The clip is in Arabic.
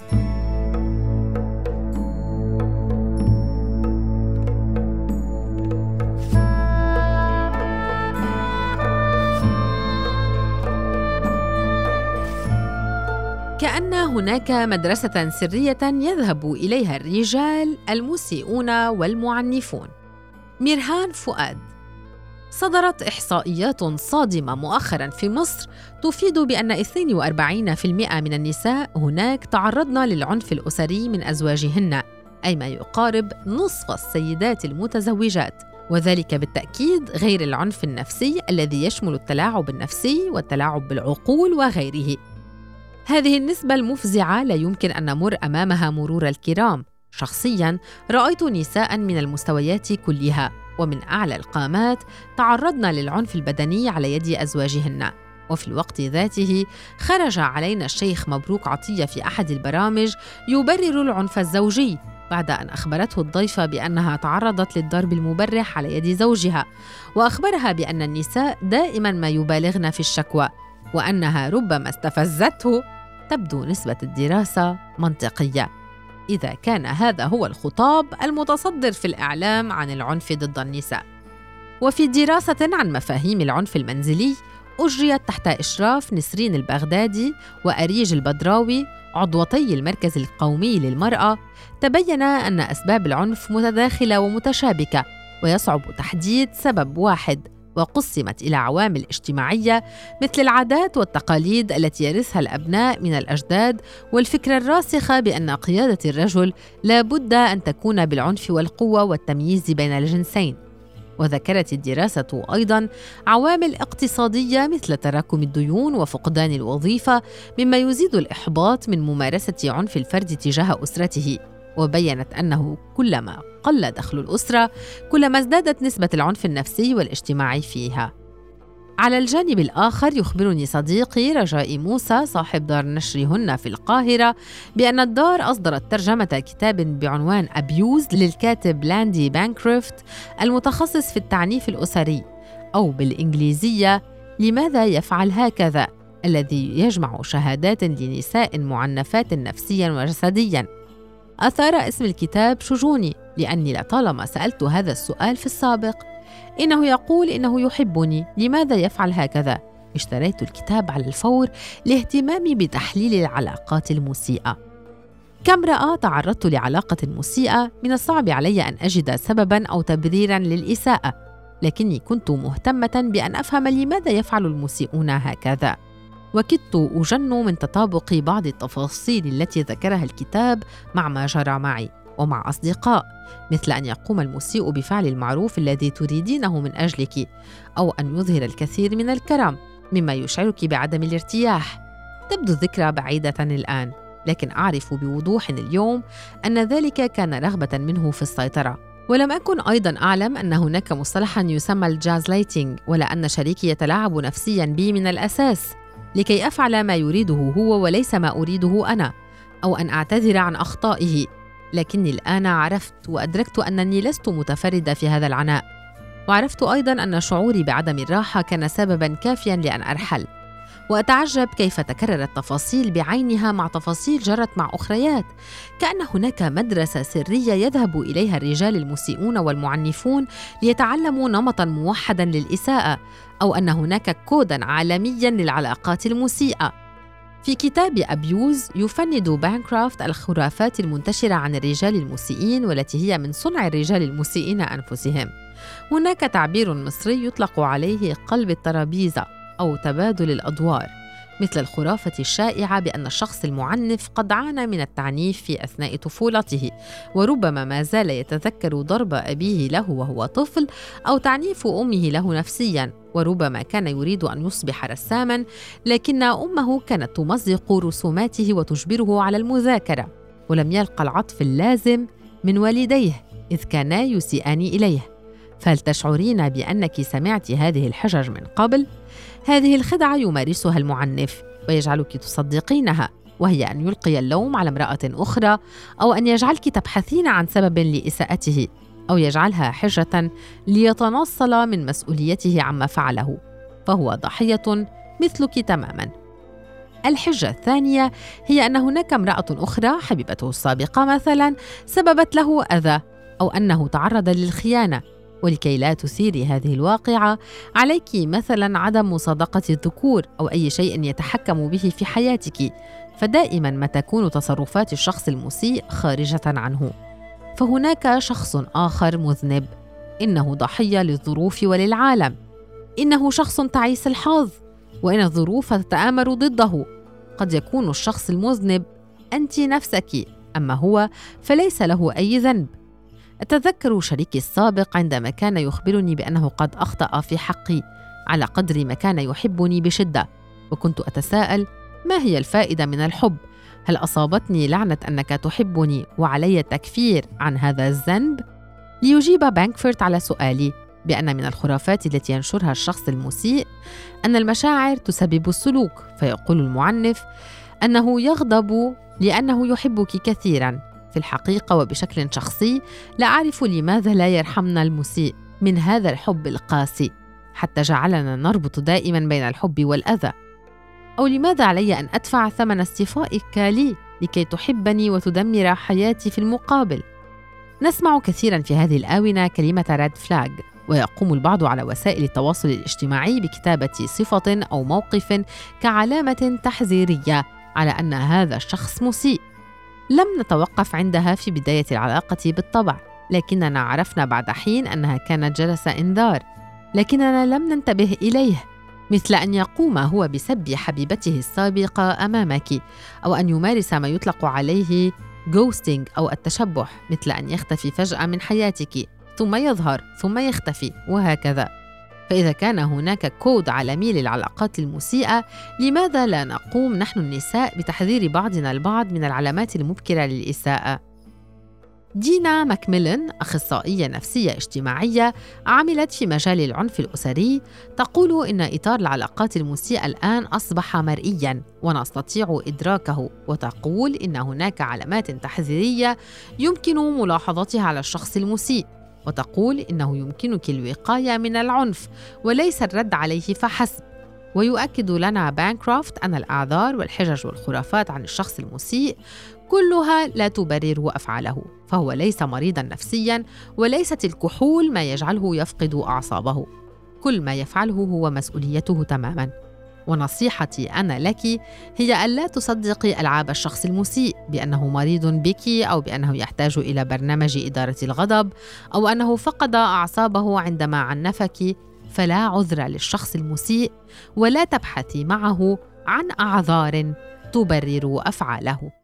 كأن هناك مدرسة سرية يذهب إليها الرجال المسيئون والمعنفون. ميرهان فؤاد. صدرت إحصائيات صادمة مؤخراً في مصر تفيد بأن 42% من النساء هناك تعرضن للعنف الأسري من أزواجهن، أي ما يقارب نصف السيدات المتزوجات، وذلك بالتأكيد غير العنف النفسي الذي يشمل التلاعب النفسي والتلاعب بالعقول وغيره. هذه النسبة المفزعة لا يمكن أن نمر أمامها مرور الكرام. شخصياً رأيت نساء من المستويات كلها ومن أعلى القامات تعرضن للعنف البدني على يد أزواجهن، وفي الوقت ذاته خرج علينا الشيخ مبروك عطية في أحد البرامج يبرر العنف الزوجي بعد أن أخبرته الضيفة بأنها تعرضت للضرب المبرح على يد زوجها، وأخبرها بأن النساء دائماً ما يبالغن في الشكوى وأنها ربما استفزته. تبدو نسبة الدراسة منطقية إذا كان هذا هو الخطاب المتصدر في الإعلام عن العنف ضد النساء. وفي دراسة عن مفاهيم العنف المنزلي أجريت تحت إشراف نسرين البغدادي وأريج البدراوي عضوتي المركز القومي للمرأة، تبين أن أسباب العنف متداخلة ومتشابكة ويصعب تحديد سبب واحد، وقسمت إلى عوامل اجتماعية مثل العادات والتقاليد التي يرثها الأبناء من الأجداد، والفكرة الراسخة بأن قيادة الرجل لا بد أن تكون بالعنف والقوة والتمييز بين الجنسين. وذكرت الدراسة أيضاً عوامل اقتصادية مثل تراكم الديون وفقدان الوظيفة، مما يزيد الإحباط من ممارسة عنف الفرد تجاه أسرته، وبيّنت أنه كلما قل دخل الأسرة كلما ازدادت نسبة العنف النفسي والاجتماعي فيها. على الجانب الآخر يخبرني صديقي رجاء موسى صاحب دار نشر هن في القاهرة بأن الدار أصدرت ترجمة كتاب بعنوان أبيوز للكاتب لاندي بانكروفت المتخصص في التعنيف الأسري، أو بالإنجليزية لماذا يفعل هكذا، الذي يجمع شهادات لنساء معنفات نفسياً وجسدياً. أثار اسم الكتاب شجوني لأني لطالما سألت هذا السؤال في السابق. إنه يقول إنه يحبني، لماذا يفعل هكذا؟ اشتريت الكتاب على الفور لاهتمامي بتحليل العلاقات المسيئة. كامرأة تعرضت لعلاقة مسيئة من الصعب علي أن أجد سبباً أو تبريراً للإساءة، لكني كنت مهتمة بأن أفهم لماذا يفعل المسيئون هكذا. وكدت أجن من تطابق بعض التفاصيل التي ذكرها الكتاب مع ما جرى معي ومع أصدقاء، مثل أن يقوم المسيء بفعل المعروف الذي تريدينه من أجلك، أو أن يظهر الكثير من الكرم مما يشعرك بعدم الارتياح. تبدو الذكرى بعيدة الآن، لكن أعرف بوضوح اليوم أن ذلك كان رغبة منه في السيطرة. ولم أكن أيضاً أعلم أن هناك مصطلحاً يسمى الجازلايتينج، ولا أن شريكي يتلاعب نفسياً بي من الأساس لكي أفعل ما يريده هو وليس ما أريده أنا، أو أن أعتذر عن أخطائه. لكني الآن عرفت وأدركت أنني لست متفردة في هذا العناء، وعرفت أيضاً أن شعوري بعدم الراحة كان سبباً كافياً لأن أرحل. وأتعجب كيف تكررت تفاصيل بعينها مع تفاصيل جرت مع أخريات، كأن هناك مدرسة سرية يذهب إليها الرجال المسيئون والمعنفون ليتعلموا نمطاً موحداً للإساءة، أو أن هناك كوداً عالمياً للعلاقات المسيئة. في كتاب أبيوز يفند بانكروفت الخرافات المنتشرة عن الرجال المسيئين والتي هي من صنع الرجال المسيئين أنفسهم. هناك تعبير مصري يطلق عليه قلب الترابيزة أو تبادل الأدوار، مثل الخرافة الشائعة بأن الشخص المعنف قد عانى من التعنيف في أثناء طفولته، وربما ما زال يتذكر ضرب أبيه له وهو طفل، أو تعنيف أمه له نفسياً، وربما كان يريد أن يصبح رساماً لكن أمه كانت تمزق رسوماته وتجبره على المذاكرة، ولم يلقى العطف اللازم من والديه إذ كانا يسيئان إليه. فهل تشعرين بأنك سمعت هذه الحجج من قبل؟ هذه الخدعة يمارسها المعنف ويجعلك تصدقينها، وهي أن يلقي اللوم على امرأة أخرى، أو أن يجعلك تبحثين عن سبب لإساءته، أو يجعلها حجة ليتنصل من مسؤوليته عما فعله، فهو ضحية مثلك تماماً. الحجة الثانية هي أن هناك امرأة أخرى حبيبته السابقة مثلاً سببت له أذى أو أنه تعرض للخيانة، ولكي لا تثيري هذه الواقعة عليك مثلاً عدم مصادقة الذكور أو أي شيء يتحكم به في حياتك، فدائماً ما تكون تصرفات الشخص المسيء خارجة عنه. فهناك شخص آخر مذنب، إنه ضحية للظروف وللعالم، إنه شخص تعيس الحظ، وإن الظروف تتآمر ضده. قد يكون الشخص المذنب أنت نفسك، أما هو فليس له أي ذنب. أتذكر شريكي السابق عندما كان يخبرني بأنه قد أخطأ في حقي على قدر ما كان يحبني بشدة، وكنت أتساءل: ما هي الفائدة من الحب؟ هل أصابتني لعنة أنك تحبني وعلي التكفير عن هذا الذنب؟ ليجيب بانكفورت على سؤالي بأن من الخرافات التي ينشرها الشخص المسيء أن المشاعر تسبب السلوك، فيقول المعنف أنه يغضب لأنه يحبك كثيراً. في الحقيقة وبشكل شخصي لا أعرف لماذا لا يرحمنا المسيء من هذا الحب القاسي حتى جعلنا نربط دائماً بين الحب والأذى. أو لماذا علي أن أدفع ثمن اصطفائك لي لكي تحبني وتدمر حياتي في المقابل؟ نسمع كثيراً في هذه الآونة كلمة ريد فلاج، ويقوم البعض على وسائل التواصل الاجتماعي بكتابة صفة أو موقف كعلامة تحذيرية على أن هذا الشخص مسيء. لم نتوقف عندها في بداية العلاقة بالطبع، لكننا عرفنا بعد حين أنها كانت جلسة إنذار، لكننا لم ننتبه إليه، مثل أن يقوم هو بسب حبيبته السابقة أمامك، أو أن يمارس ما يطلق عليه غوستينج أو التشبح، مثل أن يختفي فجأة من حياتك ثم يظهر ثم يختفي وهكذا. فإذا كان هناك كود عالمي للعلاقات المسيئة، لماذا لا نقوم نحن النساء بتحذير بعضنا البعض من العلامات المبكرة للإساءة؟ دينا ماكميلن، أخصائية نفسية اجتماعية عملت في مجال العنف الأسري، تقول إن إطار العلاقات المسيئة الآن أصبح مرئياً ونستطيع إدراكه، وتقول إن هناك علامات تحذيرية يمكن ملاحظتها على الشخص المسيء، وتقول إنه يمكنك الوقاية من العنف وليس الرد عليه فحسب. ويؤكد لنا بانكروفت أن الأعذار والحجج والخرافات عن الشخص المسيء كلها لا تبرر أفعاله، فهو ليس مريضاً نفسياً، وليست الكحول ما يجعله يفقد أعصابه. كل ما يفعله هو مسؤوليته تماماً. ونصيحتي أنا لك هي ألا تصدقي ألعاب الشخص المسيء بأنه مريض بك، أو بأنه يحتاج إلى برنامج إدارة الغضب، أو أنه فقد أعصابه عندما عنفك. فلا عذر للشخص المسيء، ولا تبحثي معه عن أعذار تبرر أفعاله.